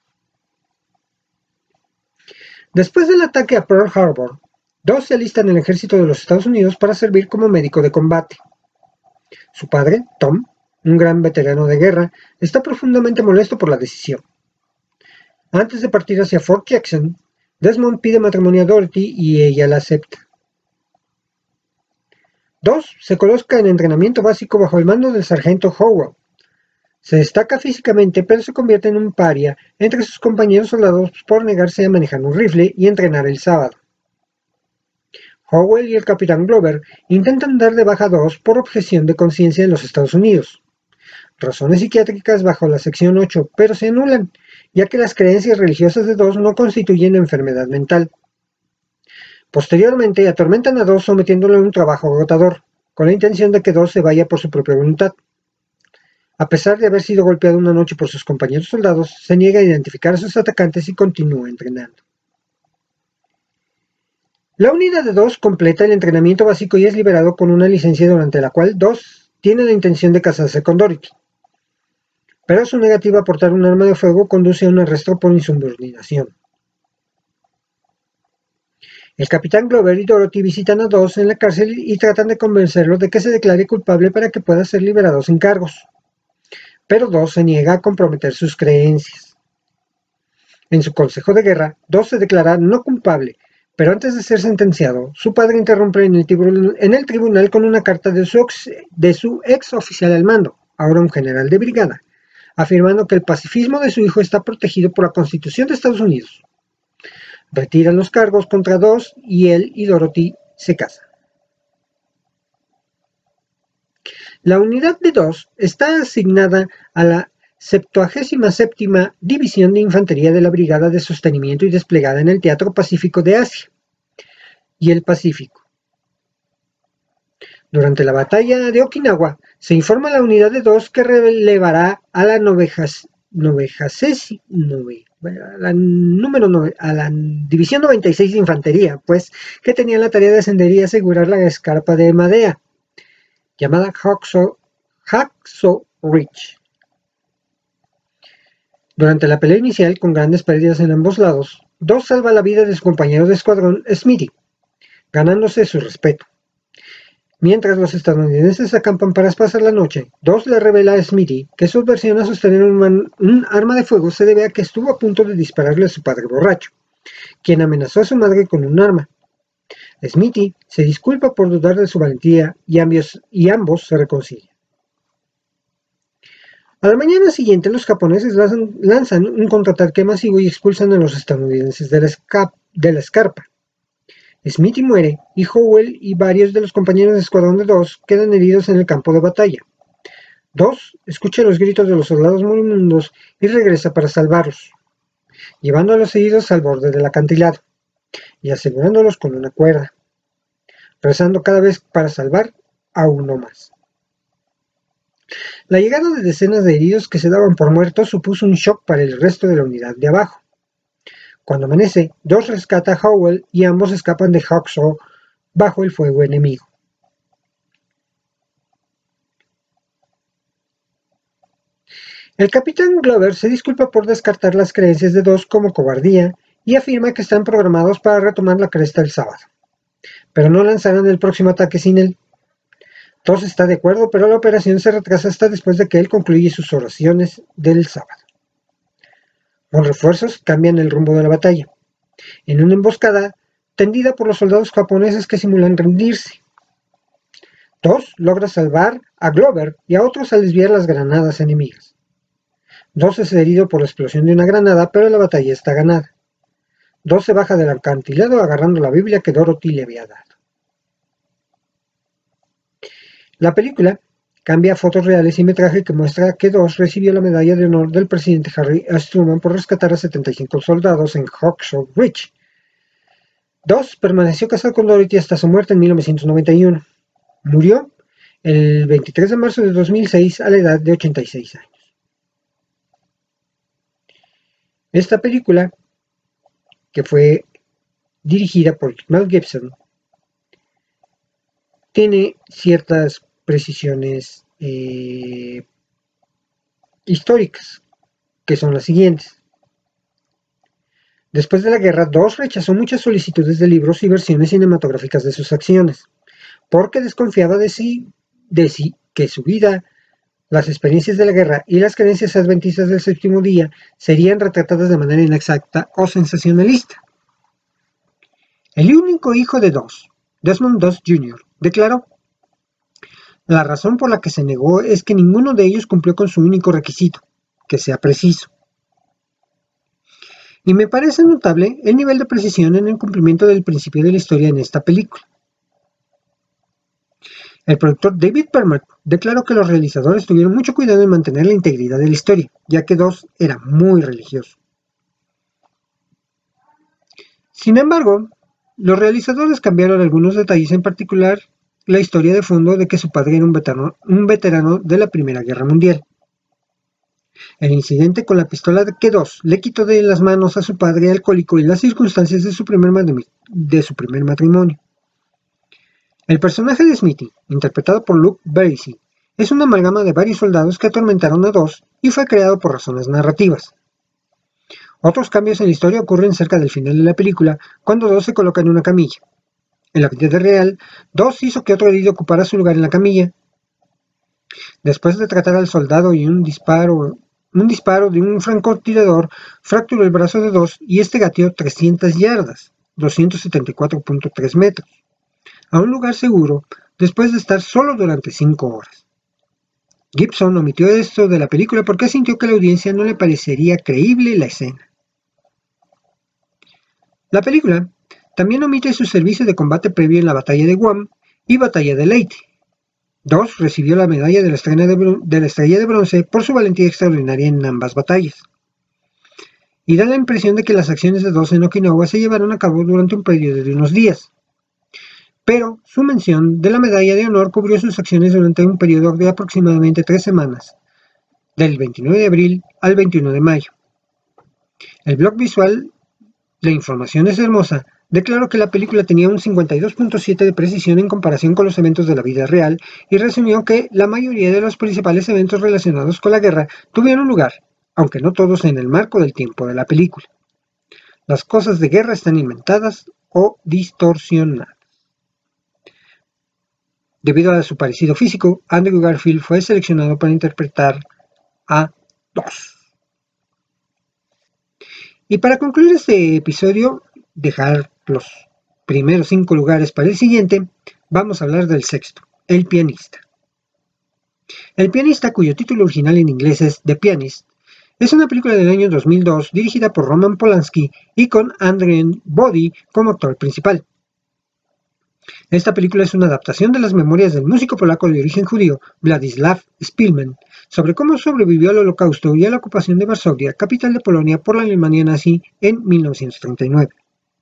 Después del ataque a Pearl Harbor, Doss se alista en el ejército de los Estados Unidos para servir como médico de combate. Su padre, Tom, un gran veterano de guerra, está profundamente molesto por la decisión. Antes de partir hacia Fort Jackson, Desmond pide matrimonio a Dorothy y ella la acepta. Doss se coloca en entrenamiento básico bajo el mando del sargento Howell. Se destaca físicamente, pero se convierte en un paria entre sus compañeros soldados por negarse a manejar un rifle y entrenar el sábado. Howell y el capitán Glover intentan dar de baja a Doss por objeción de conciencia en los Estados Unidos. Razones psiquiátricas bajo la sección 8, pero se anulan, ya que las creencias religiosas de Doss no constituyen enfermedad mental. Posteriormente atormentan a Doss sometiéndolo a un trabajo agotador, con la intención de que Doss se vaya por su propia voluntad. A pesar de haber sido golpeado una noche por sus compañeros soldados, se niega a identificar a sus atacantes y continúa entrenando. La unidad de Doss completa el entrenamiento básico y es liberado con una licencia durante la cual Doss tiene la intención de casarse con Dorothy. Pero su negativa a portar un arma de fuego conduce a un arresto por insubordinación. El capitán Glover y Dorothy visitan a Doss en la cárcel y tratan de convencerlo de que se declare culpable para que pueda ser liberado sin cargos. Pero Doss se niega a comprometer sus creencias. En su consejo de guerra, Doss se declara no culpable, pero antes de ser sentenciado, su padre interrumpe en el tribunal con una carta de su ex oficial al mando, ahora un general de brigada, afirmando que el pacifismo de su hijo está protegido por la Constitución de Estados Unidos. Retiran los cargos contra Doss y él y Dorothy se casan. La unidad de Doss está asignada a la 77ª División de Infantería de la Brigada de Sostenimiento y desplegada en el Teatro Pacífico de Asia y el Pacífico. Durante la batalla de Okinawa, se informa a la unidad de Doss que relevará a la División 96 de Infantería, pues que tenía la tarea de ascender y asegurar la escarpa de Madea, llamada Hacksaw Ridge. Durante la pelea inicial, con grandes pérdidas en ambos lados, Doss salva la vida de su compañero de escuadrón, Smithy, ganándose su respeto. Mientras los estadounidenses acampan para pasar la noche, Doss le revela a Smithy que su aversión a sostener un arma de fuego se debe a que estuvo a punto de dispararle a su padre borracho, quien amenazó a su madre con un arma. Smithy se disculpa por dudar de su valentía y ambos se reconcilian. A la mañana siguiente, los japoneses lanzan un contraataque masivo y expulsan a los estadounidenses de la escarpa. Smithy muere y Howell y varios de los compañeros de escuadrón de Doss quedan heridos en el campo de batalla. Doss escucha los gritos de los soldados moribundos y regresa para salvarlos, llevando a los heridos al borde del acantilado y asegurándolos con una cuerda, rezando cada vez para salvar a uno más. La llegada de decenas de heridos que se daban por muertos supuso un shock para el resto de la unidad de abajo. Cuando amanece, Doss rescata a Howell y ambos escapan de Hacksaw bajo el fuego enemigo. El capitán Glover se disculpa por descartar las creencias de Doss como cobardía y afirma que están programados para retomar la cresta el sábado, pero no lanzarán el próximo ataque sin él. Todos está de acuerdo, pero la operación se retrasa hasta después de que él concluye sus oraciones del sábado. Los refuerzos cambian el rumbo de la batalla, en una emboscada tendida por los soldados japoneses que simulan rendirse. Dos logra salvar a Glover y a otros al desviar las granadas enemigas. Dos es herido por la explosión de una granada, pero la batalla está ganada. Dos se baja del acantilado agarrando la Biblia que Dorothy le había dado. La película cambia a fotos reales y metraje que muestra que Dos recibió la medalla de honor del presidente Harry S. Truman por rescatar a 75 soldados en Hawkshaw Ridge. Dos permaneció casado con Dorothy hasta su muerte en 1991. Murió el 23 de marzo de 2006 a la edad de 86 años. Esta película, que fue dirigida por Mel Gibson, tiene ciertas precisiones históricas, que son las siguientes. Después de la guerra, Dos rechazó muchas solicitudes de libros y versiones cinematográficas de sus acciones, porque desconfiaba de que su vida, las experiencias de la guerra y las creencias adventistas del séptimo día serían retratadas de manera inexacta o sensacionalista. El único hijo de Dos, Desmond Doss Jr., declaró: la razón por la que se negó es que ninguno de ellos cumplió con su único requisito, que sea preciso. Y me parece notable el nivel de precisión en el cumplimiento del principio de la historia en esta película. El productor David Permert declaró que los realizadores tuvieron mucho cuidado en mantener la integridad de la historia, ya que Dos era muy religioso. Sin embargo, los realizadores cambiaron algunos detalles, en particular la historia de fondo de que su padre era un veterano de la Primera Guerra Mundial. El incidente con la pistola que Dos le quitó de las manos a su padre alcohólico y las circunstancias de su primer matrimonio. El personaje de Smithy, interpretado por Luke Barisi, es una amalgama de varios soldados que atormentaron a Dos y fue creado por razones narrativas. Otros cambios en la historia ocurren cerca del final de la película, cuando Dos se coloca en una camilla. En la vida real, Dos hizo que otro herido ocupara su lugar en la camilla. Después de tratar al soldado y un disparo de un francotirador fracturó el brazo de Dos y este gateó 300 yardas, 274.3 metros, a un lugar seguro después de estar solo durante 5 horas. Gibson omitió esto de la película porque sintió que a la audiencia no le parecería creíble la escena. La película también omite su servicio de combate previo en la batalla de Guam y batalla de Leyte. Dos recibió la medalla de la estrella de bronce por su valentía extraordinaria en ambas batallas. Y da la impresión de que las acciones de Dos en Okinawa se llevaron a cabo durante un periodo de unos días. Pero su mención de la medalla de honor cubrió sus acciones durante un periodo de aproximadamente 3 semanas, del 29 de abril al 21 de mayo. El blog visual La información es hermosa declaró que la película tenía un 52.7 de precisión en comparación con los eventos de la vida real y resumió que la mayoría de los principales eventos relacionados con la guerra tuvieron lugar, aunque no todos en el marco del tiempo de la película. Las cosas de guerra están inventadas o distorsionadas. Debido a su parecido físico, Andrew Garfield fue seleccionado para interpretar a Dos. Y para concluir este episodio, dejar los primeros 5 lugares para el siguiente, vamos a hablar del sexto, El pianista. El pianista, cuyo título original en inglés es The Pianist, es una película del año 2002 dirigida por Roman Polanski y con Adrian Brody como actor principal. Esta película es una adaptación de las memorias del músico polaco de origen judío Władysław Szpilman sobre cómo sobrevivió al Holocausto y a la ocupación de Varsovia, capital de Polonia, por la Alemania nazi en 1939.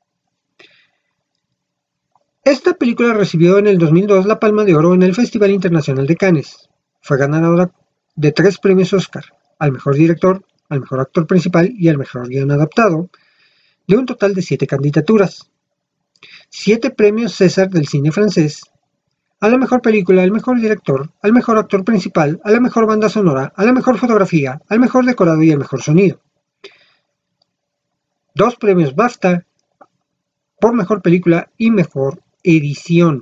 Esta película recibió en el 2002 la Palma de Oro en el Festival Internacional de Cannes. Fue ganadora de 3 premios Oscar, al mejor director, al mejor actor principal y al mejor guion adaptado, de un total de 7 candidaturas. 7 premios César del cine francés, a la mejor película, al mejor director, al mejor actor principal, a la mejor banda sonora, a la mejor fotografía, al mejor decorado y al mejor sonido. 2 premios BAFTA por mejor película y mejor edición.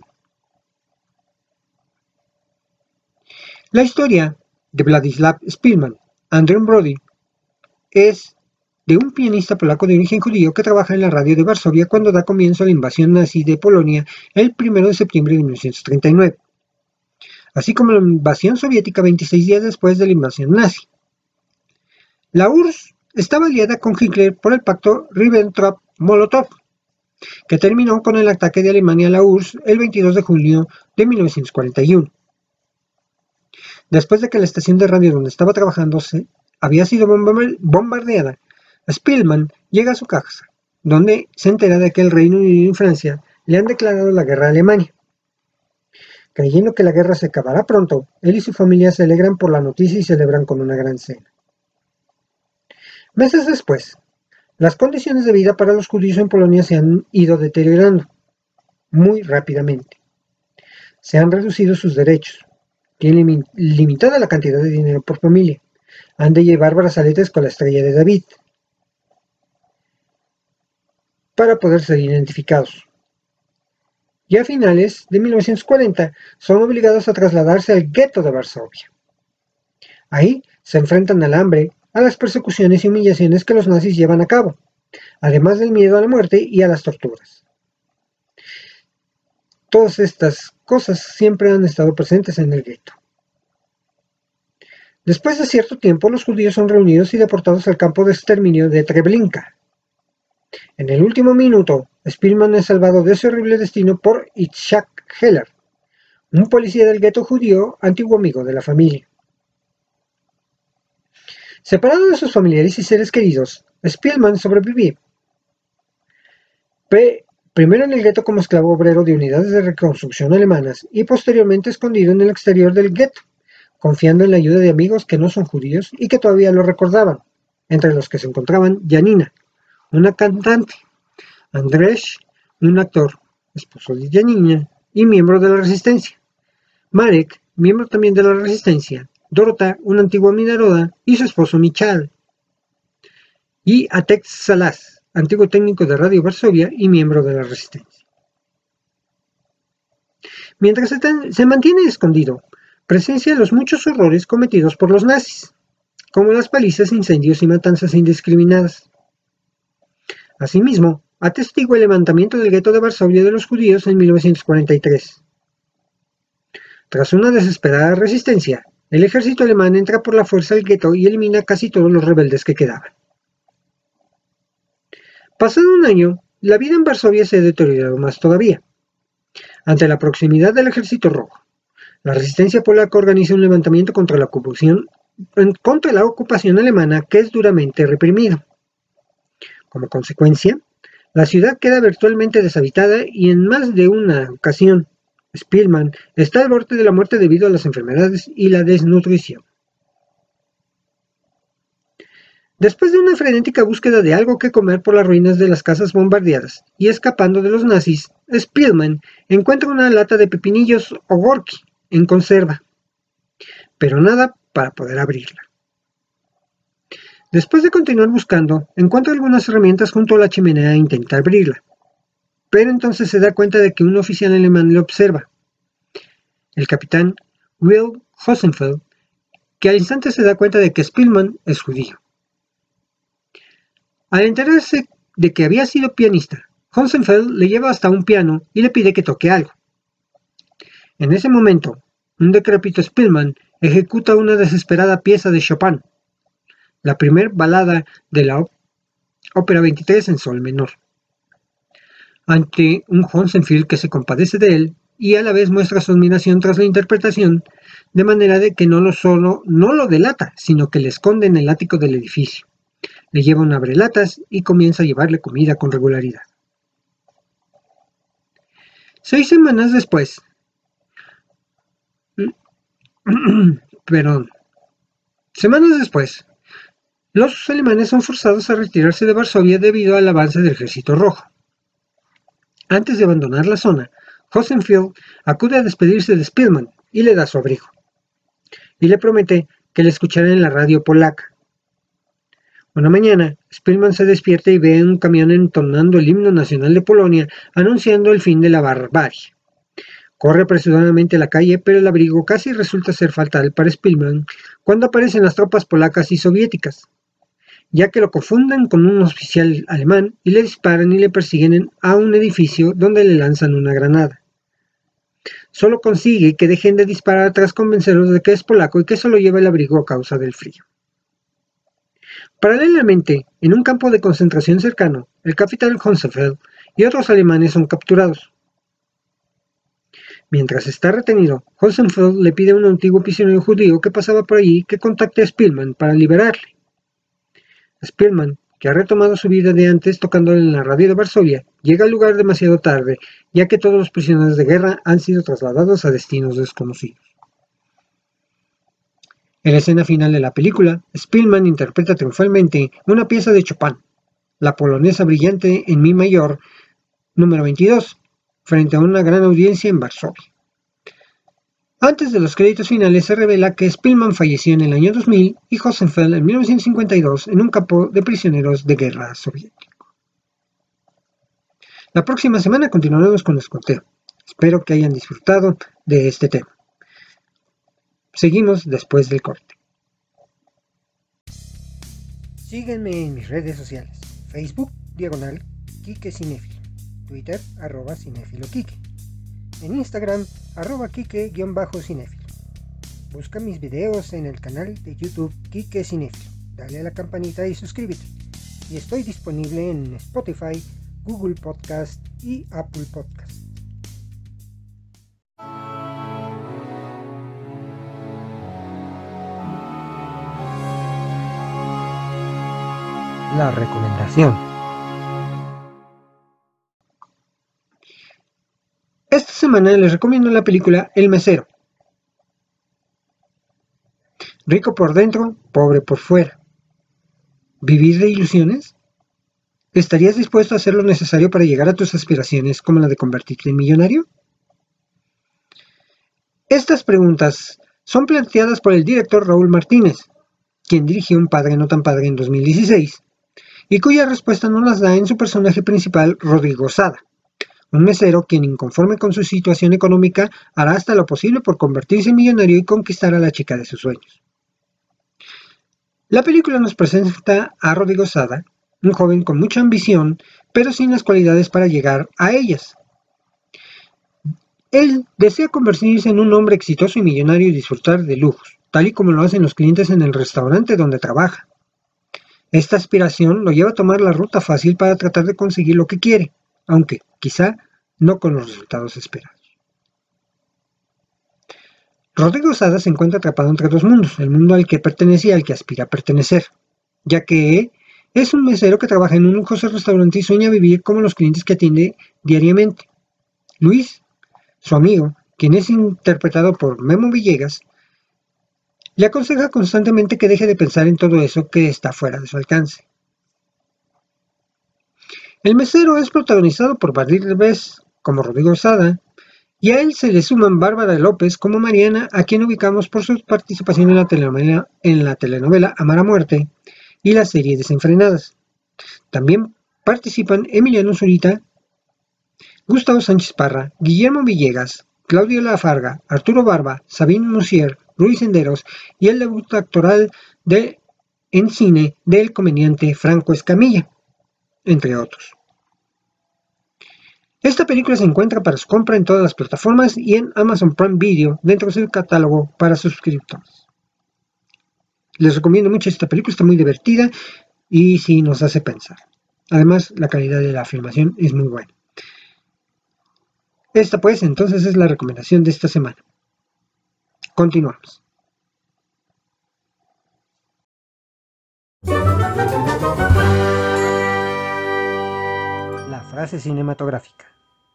La historia de Władysław Szpilman, Andrzej Brody, es de un pianista polaco de origen judío que trabaja en la radio de Varsovia cuando da comienzo a la invasión nazi de Polonia el 1 de septiembre de 1939, así como la invasión soviética 26 días después de la invasión nazi. La URSS estaba aliada con Hitler por el pacto Ribbentrop-Molotov, que terminó con el ataque de Alemania a la URSS el 22 de julio de 1941. Después de que la estación de radio donde estaba trabajando había sido bombardeada, Szpilman llega a su casa, donde se entera de que el Reino Unido y Francia le han declarado la guerra a Alemania. Creyendo que la guerra se acabará pronto, él y su familia se alegran por la noticia y celebran con una gran cena. Meses después, las condiciones de vida para los judíos en Polonia se han ido deteriorando muy rápidamente. Se han reducido sus derechos, tienen limitada la cantidad de dinero por familia, han de llevar brazaletes con la estrella de David para poder ser identificados. Y a finales de 1940 son obligados a trasladarse al gueto de Varsovia. Ahí se enfrentan al hambre, a las persecuciones y humillaciones que los nazis llevan a cabo, además del miedo a la muerte y a las torturas. Todas estas cosas siempre han estado presentes en el gueto. Después de cierto tiempo, los judíos son reunidos y deportados al campo de exterminio de Treblinka. En el último minuto, Szpilman es salvado de ese horrible destino por Itzhak Heller, un policía del gueto judío, antiguo amigo de la familia. Separado de sus familiares y seres queridos, Szpilman sobrevivió. Primero en el gueto como esclavo obrero de unidades de reconstrucción alemanas y posteriormente escondido en el exterior del gueto, confiando en la ayuda de amigos que no son judíos y que todavía lo recordaban, entre los que se encontraban Janina, una cantante, Andrzej, un actor, esposo de Janina y miembro de la Resistencia, Marek, miembro también de la Resistencia, Dorota, una antigua minaroda, y su esposo Michal, y Atex Salas, antiguo técnico de Radio Varsovia y miembro de la Resistencia. Mientras se mantiene escondido, presencia los muchos horrores cometidos por los nazis, como las palizas, incendios y matanzas indiscriminadas. Asimismo, atestigua el levantamiento del gueto de Varsovia de los judíos en 1943. Tras una desesperada resistencia, el ejército alemán entra por la fuerza al gueto y elimina casi todos los rebeldes que quedaban. Pasado un año, la vida en Varsovia se deterioró más todavía. Ante la proximidad del Ejército Rojo, la resistencia polaca organiza un levantamiento contra la ocupación alemana que es duramente reprimido. Como consecuencia, la ciudad queda virtualmente deshabitada y en más de una ocasión, Szpilman está al borde de la muerte debido a las enfermedades y la desnutrición. Después de una frenética búsqueda de algo que comer por las ruinas de las casas bombardeadas y escapando de los nazis, Szpilman encuentra una lata de pepinillos o gorki en conserva, pero nada para poder abrirla. Después de continuar buscando, encuentra algunas herramientas junto a la chimenea e intenta abrirla, pero entonces se da cuenta de que un oficial alemán le observa, el capitán Will Hosenfeld, que al instante se da cuenta de que Szpilman es judío. Al enterarse de que había sido pianista, Hosenfeld le lleva hasta un piano y le pide que toque algo. En ese momento, un decrépito Szpilman ejecuta una desesperada pieza de Chopin, la primer balada de la ópera 23 en sol menor. Ante un Hosenfeld que se compadece de él y a la vez muestra su admiración tras la interpretación, de manera de que no lo delata, sino que le esconde en el ático del edificio. Le lleva un abrelatas y comienza a llevarle comida con regularidad. 6 semanas después, los alemanes son forzados a retirarse de Varsovia debido al avance del Ejército Rojo. Antes de abandonar la zona, Hosenfeld acude a despedirse de Szpilman y le da su abrigo. Y le promete que le escuchará en la radio polaca. Una mañana, Spielman se despierta y ve un camión entonando el himno nacional de Polonia, anunciando el fin de la barbarie. Corre apresuradamente a la calle, pero el abrigo casi resulta ser fatal para Spielman cuando aparecen las tropas polacas y soviéticas, ya que lo confunden con un oficial alemán y le disparan y le persiguen a un edificio donde le lanzan una granada. Solo consigue que dejen de disparar tras convencerlos de que es polaco y que solo lleva el abrigo a causa del frío. Paralelamente, en un campo de concentración cercano, el capitán Hohenfeld y otros alemanes son capturados. Mientras está retenido, Hohenfeld le pide a un antiguo prisionero judío que pasaba por allí que contacte a Spielman para liberarle. Spielman, que ha retomado su vida de antes tocándole en la radio de Varsovia, llega al lugar demasiado tarde, ya que todos los prisioneros de guerra han sido trasladados a destinos desconocidos. En la escena final de la película, Spielman interpreta triunfalmente una pieza de Chopin, la polonesa brillante en mi mayor, número 22, frente a una gran audiencia en Varsovia. Antes de los créditos finales se revela que Spielman falleció en el año 2000 y Hohenfeld en 1952 en un campo de prisioneros de guerra soviético. La próxima semana continuaremos con el conteo. Espero que hayan disfrutado de este tema. Seguimos después del corte. Síguenme en mis redes sociales. Facebook, /Quique Cinéfilo. Twitter, @cinéfiloquique. En Instagram, @Quique_cinéfilo. Busca mis videos en el canal de YouTube Quique Cinéfilo. Dale a la campanita y suscríbete. Y estoy disponible en Spotify, Google Podcast y Apple Podcast. La recomendación. Esta semana les recomiendo la película El Mesero. Rico por dentro, pobre por fuera. ¿Vivir de ilusiones? ¿Estarías dispuesto a hacer lo necesario para llegar a tus aspiraciones como la de convertirte en millonario? Estas preguntas son planteadas por el director Raúl Martínez, quien dirigió Un padre no tan padre en 2016, y cuya respuesta nos las da en su personaje principal, Rodrigo Sada, un mesero quien, inconforme con su situación económica, hará hasta lo posible por convertirse en millonario y conquistar a la chica de sus sueños. La película nos presenta a Rodrigo Sada, un joven con mucha ambición, pero sin las cualidades para llegar a ellas. Él desea convertirse en un hombre exitoso y millonario y disfrutar de lujos, tal y como lo hacen los clientes en el restaurante donde trabaja. Esta aspiración lo lleva a tomar la ruta fácil para tratar de conseguir lo que quiere, aunque quizá no con los resultados esperados. Rodrigo Sada se encuentra atrapado entre dos mundos, el mundo al que pertenece y al que aspira a pertenecer, ya que es un mesero que trabaja en un lujoso restaurante y sueña vivir como los clientes que atiende diariamente. Luis, su amigo, quien es interpretado por Memo Villegas, le aconseja constantemente que deje de pensar en todo eso que está fuera de su alcance. El mesero es protagonizado por Badir Derbez como Rodrigo Sada, y a él se le suman Bárbara López como Mariana, a quien ubicamos por su participación en la telenovela Amar a Muerte y la serie Desenfrenadas. También participan Emiliano Zurita, Gustavo Sánchez Parra, Guillermo Villegas, Claudio Lafarga, Arturo Barba, Sabine Musier, Ruiz Senderos y el debut actoral en cine del comediante Franco Escamilla, entre otros. Esta película se encuentra para su compra en todas las plataformas y en Amazon Prime Video dentro de su catálogo para suscriptores. Les recomiendo mucho esta película, está muy divertida y sí nos hace pensar. Además, la calidad de la filmación es muy buena. Esta pues entonces es la recomendación de esta semana. Continuamos. La frase cinematográfica.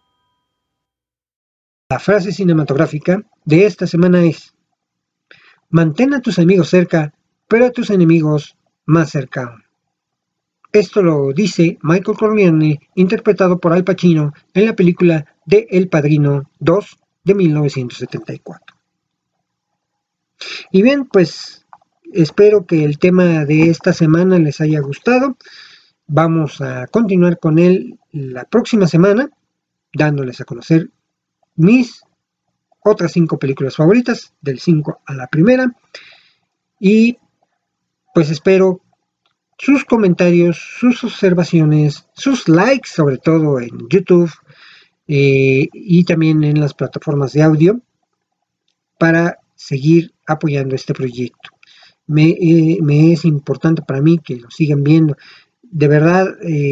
La frase cinematográfica de esta semana es: mantén a tus amigos cerca, pero a tus enemigos más cerca. Esto lo dice Michael Corleone, interpretado por Al Pacino en la película de El Padrino 2 de 1974. Y bien, pues Espero que el tema de esta semana les haya gustado. Vamos a continuar con él la próxima semana, dándoles a conocer mis otras 5 películas favoritas, del 5 a la primera. Y pues espero sus comentarios, sus observaciones, sus likes, sobre todo en YouTube y también en las plataformas de audio, para seguir apoyando este proyecto. Me es importante para mí que lo sigan viendo. De verdad,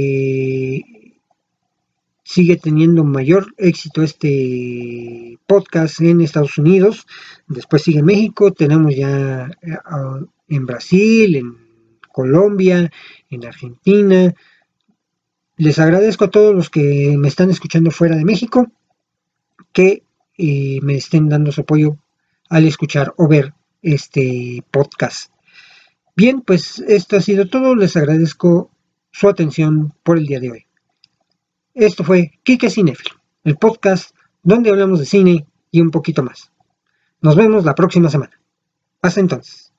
sigue teniendo mayor éxito este podcast en Estados Unidos, después sigue México, tenemos ya en Brasil, en Colombia, en Argentina. Les agradezco a todos los que me están escuchando fuera de México, que me estén dando su apoyo al escuchar o ver este podcast. Bien, pues esto ha sido todo. Les agradezco su atención por el día de hoy. Esto fue Kike Cinéfilo, el podcast donde hablamos de cine y un poquito más. Nos vemos la próxima semana. Hasta entonces.